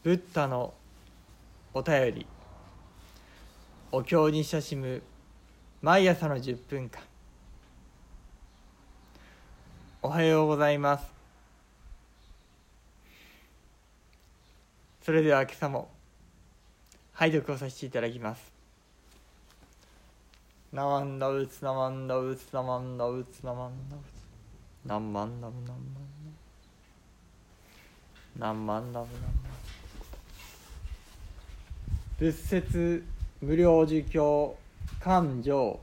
ブッダのお便り。お経に親しむ毎朝の10分間。おはようございます。それでは今朝も拝読をさせていただきます。ナマンダウツナマンダウツナマンダウツナマンダウツナンマンダブナンマンナンマンダブナンマン。仏説無量寿経巻上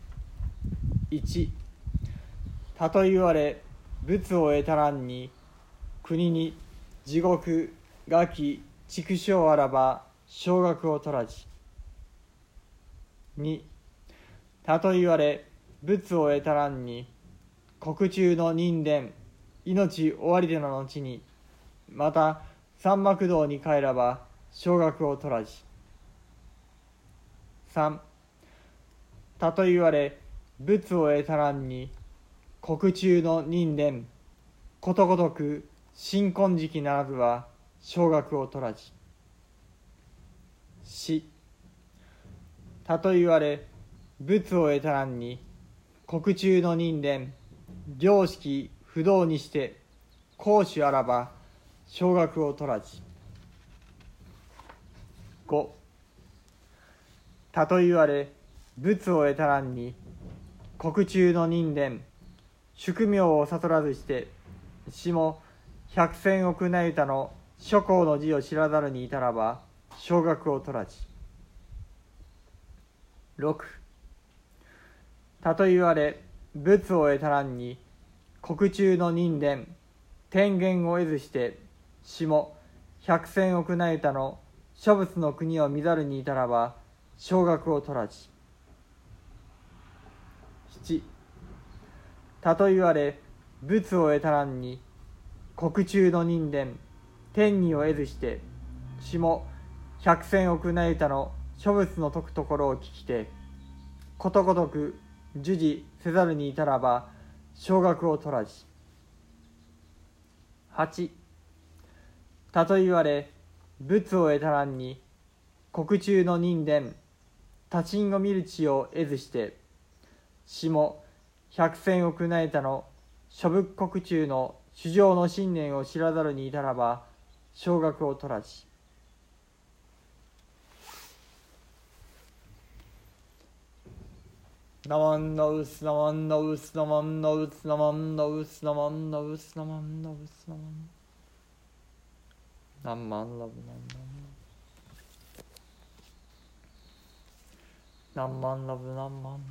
1。たと言われ仏を得たらんに国に地獄餓鬼畜生あらば少額を取らじ。2。たと言われ仏を得たらんに国中の人伝命終わりでの後にまた三幕道に帰らば少額を取らじ。3. たと言われ仏を得たらんに国中の人伝ことごとく新婚時期ならずは少額を取らじ。4. たと言われ仏を得たらんに国中の人伝良識不動にして公主あらば少額を取らじ。5. たと言われ仏を得たらんに国中の人伝宿命を悟らずしてしも百千億那由他の諸行の字を知らざるにいたらば少額を取らじ。6. たと言われ仏を得たらんに国中の人伝天元を得ずしてしも百千億那由他の諸仏の国を見ざるにいたらば少額を取らじ。7. たと言われ仏を得たらんに国中の人伝天にを得ずしてしも百千億那由他の諸仏の説くところを聞きてことごとく従事せざるにいたらば少額を取らじ。8. たと言われ仏を得たらんに国中の人伝他心を見る地を得ずしてしも百千億那由他の諸仏国中の主情の信念を知らざるにいたらば少額を取らじ。ナマンダウスナマンダウスナマンダウスナマンダウスナマンダウスナマンダウスナマンナンマンラブナンマンラブナンマンラブナンマンラブナンマン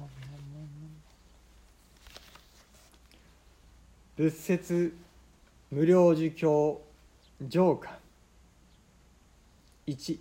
仏説無量寿経上巻1。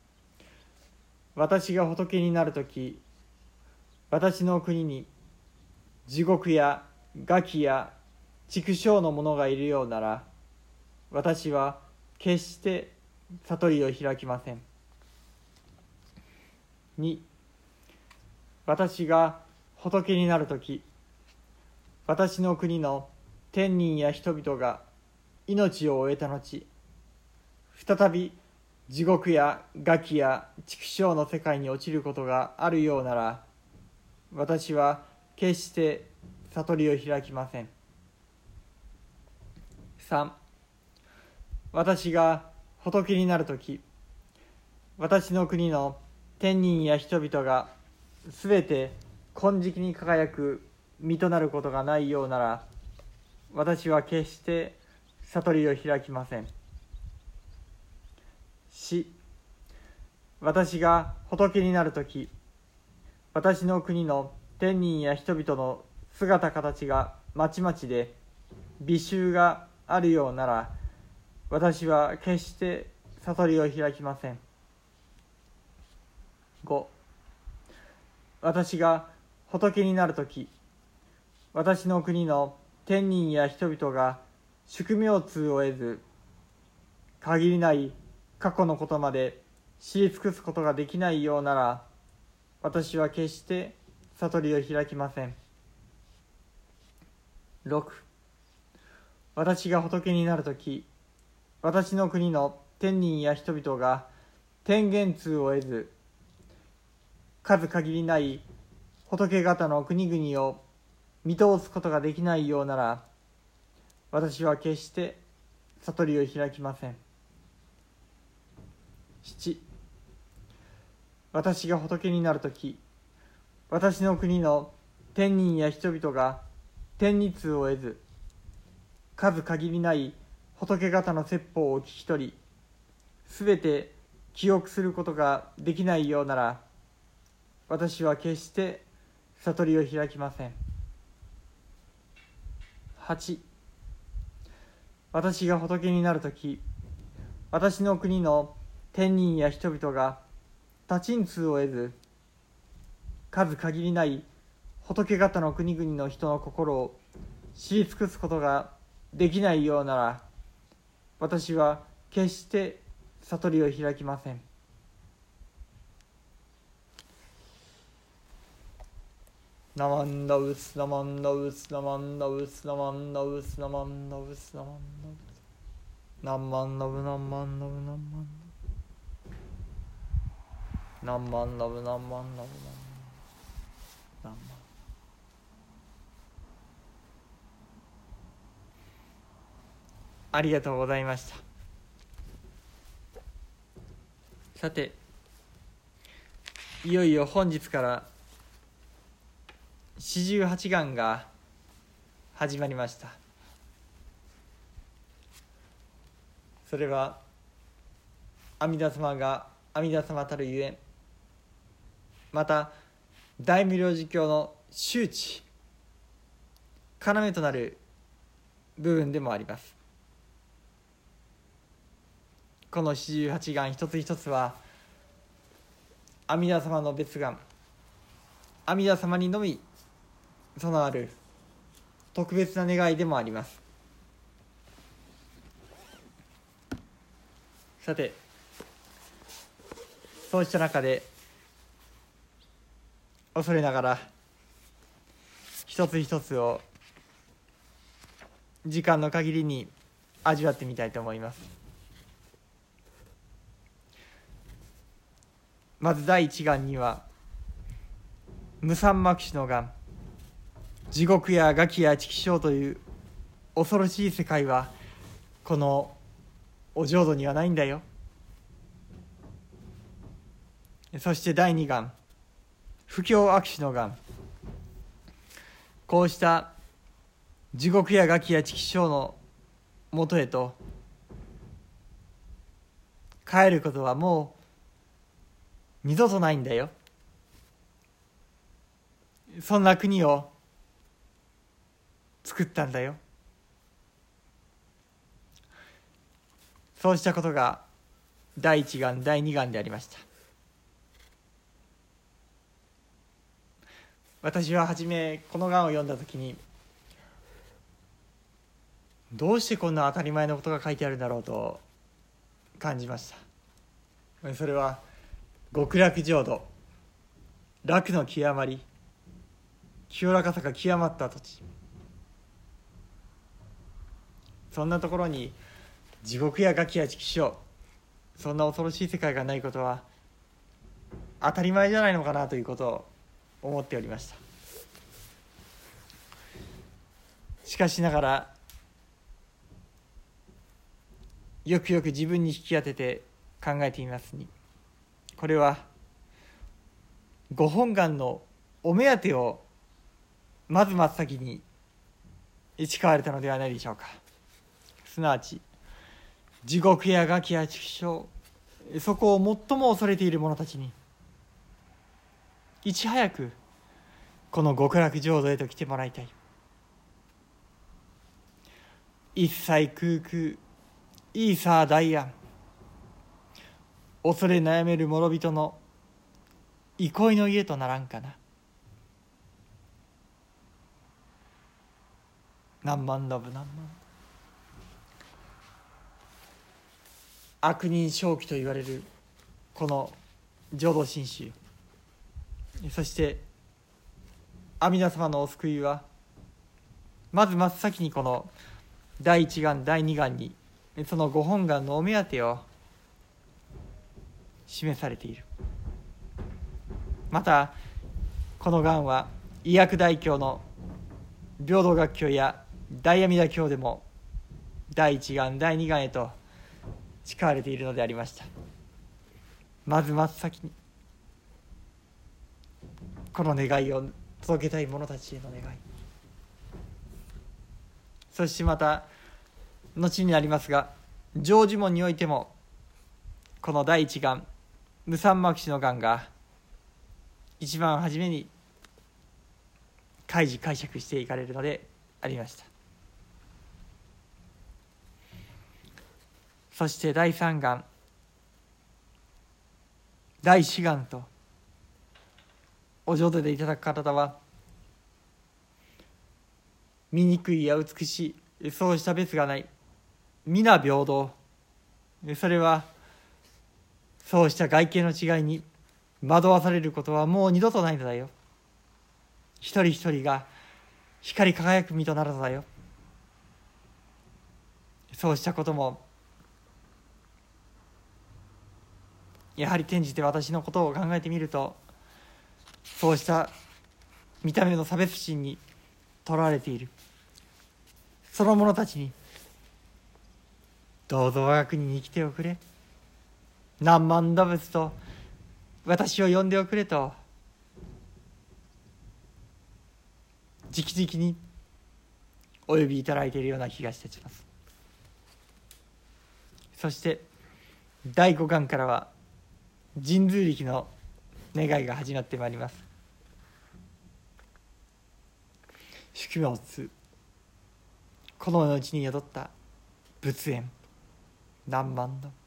私が仏になるとき私の国に地獄や餓鬼や畜生の者がいるようなら私は決して悟りを開きません。2. 私が仏になるとき私の国の天人や人々が命を終えた後再び地獄や餓鬼や畜生の世界に落ちることがあるようなら私は決して悟りを開きません。3. 私が仏になるとき私の国の天人や人々がすべて金色に輝く身となることがないようなら私は決して悟りを開きません。4. 私が仏になるとき私の国の天人や人々の姿形がまちまちで美醜があるようなら私は決して悟りを開きません。5. 私が仏になるとき私の国の天人や人々が宿命通を得ず限りない過去のことまで知り尽くすことができないようなら私は決して悟りを開きません。6. 私が仏になるとき私の国の天人や人々が天元通を得ず、数限りない仏方の国々を見通すことができないようなら、私は決して悟りを開きません。7、私が仏になるとき、私の国の天人や人々が天理通を得ず、数限りない仏方の説法を聞き取り、すべて記憶することができないようなら、私は決して悟りを開きません。8、私が仏になるとき、私の国の天人や人々が多珍通を得ず、数限りない仏方の国々の人の心を知り尽くすことができないようなら、私は決して悟りを開きません。ナマンダウスナマンダウスナマンダウスナマンダウスナマンダウスナマンダウスナンマンダブナンマンダブナンマンダナンマンダブナンマンダブナンマンナンマン。ありがとうございました。さて、いよいよ本日から四十八願が始まりました。それは阿弥陀様が阿弥陀様たるゆえ、また大無量寿経の周知要となる部分でもあります。この四十八願一つ一つは阿弥陀様の別願、阿弥陀様にのみ備わる特別な願いでもあります。さて、そうした中で恐れながら一つ一つを時間の限りに味わってみたいと思います。まず第一願には、無三幕死の願、地獄や餓鬼や畜生という恐ろしい世界はこのお浄土にはないんだよ。そして第二願、不況悪死の願、こうした地獄や餓鬼や畜生のもとへと帰ることはもう二度とないんだよ。そんな国を作ったんだよ。そうしたことが第一願第二願でありました。私は初めこの願を読んだ時に、どうしてこんな当たり前のことが書いてあるんだろうと感じました。それは極楽浄土、楽の極まり、清らかさが極まった土地、そんなところに地獄や餓鬼や畜生、そんな恐ろしい世界がないことは当たり前じゃないのかなということを思っておりました。しかしながらよくよく自分に引き当てて考えてみますに、これはご本願のお目当てをまず真っ先に誓われたのではないでしょうか。すなわち地獄や餓鬼や畜生、そこを最も恐れている者たちにいち早くこの極楽浄土へと来てもらいたい。一切空空イーサー大安、恐れ悩める諸人の憩いの家とならんかな。何万ダブ何万、悪人正気と言われるこの浄土真宗、そして阿弥陀様のお救いはまず真っ先にこの第一願第二願にそのご本願のお目当てを示されている。またこのがんは医薬大経の平等学経や大阿弥陀経でも第一がん第二がんへと誓われているのでありました。まず真っ先にこの願いを届けたい者たちへの願い、そしてまた後になりますが成就門においてもこの第一がん無三膜子のがんが一番初めに解釈していかれるのでありました。そして第三がん第四がんとお浄土でいただく方は醜いや美しいそうした別がない、皆平等。それはそうした外見の違いに惑わされることはもう二度とないのだよ。一人一人が光り輝く身となるのだよ。そうしたこともやはり転じて私のことを考えてみると、そうした見た目の差別心にとらわれているその者たちにどうぞ我が国に来ておくれ、何万打仏と私を呼んでおくれと直々にお呼びいただいているような気がしてします。そして第五巻からは神通力の願いが始まってまいります。宿命2、この世のうちに宿った仏縁何万の